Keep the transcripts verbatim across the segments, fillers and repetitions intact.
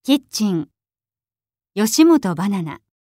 キッチン、吉本バナナ。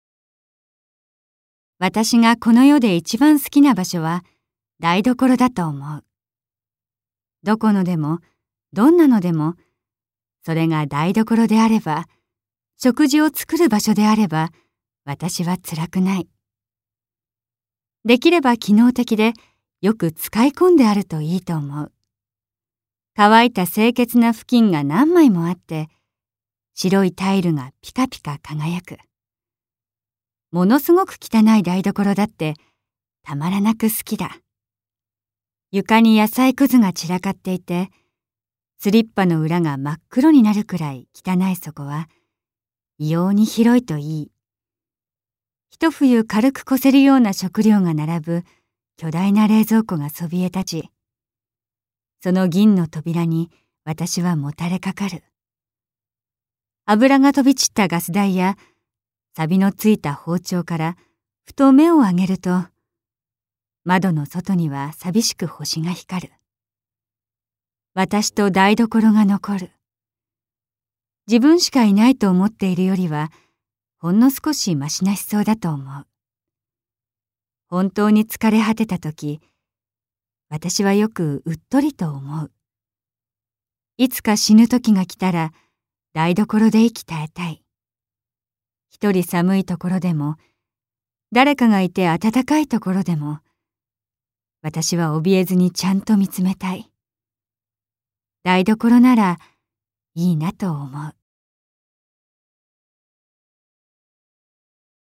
私がこの世で一番好きな場所は台所だと思う。どこのでも、どんなのでも、それが台所であれば、食事を作る場所であれば、私は辛くない。できれば機能的で、よく使い込んであるといいと思う。乾いた清潔な布巾が何枚もあって、白いタイルがピカピカ輝く。ものすごく汚い台所だってたまらなく好きだ。床に野菜くずが散らかっていて、スリッパの裏が真っ黒になるくらい汚いそこは異様に広いといい。一冬軽くこせるような食料が並ぶ巨大な冷蔵庫がそびえ立ち、その銀の扉に私はもたれかかる。油が飛び散ったガス台や錆のついた包丁からふと目を上げると、窓の外には寂しく星が光る。私と台所が残る。自分しかいないと思っているよりはほんの少しましなしそうだと思う。本当に疲れ果てた時、私はよくうっとりと思う。いつか死ぬ時が来たら台所で息絶えたい。一人寒いところでも、誰かがいて暖かいところでも、私は怯えずにちゃんと見つめたい。台所ならいいなと思う。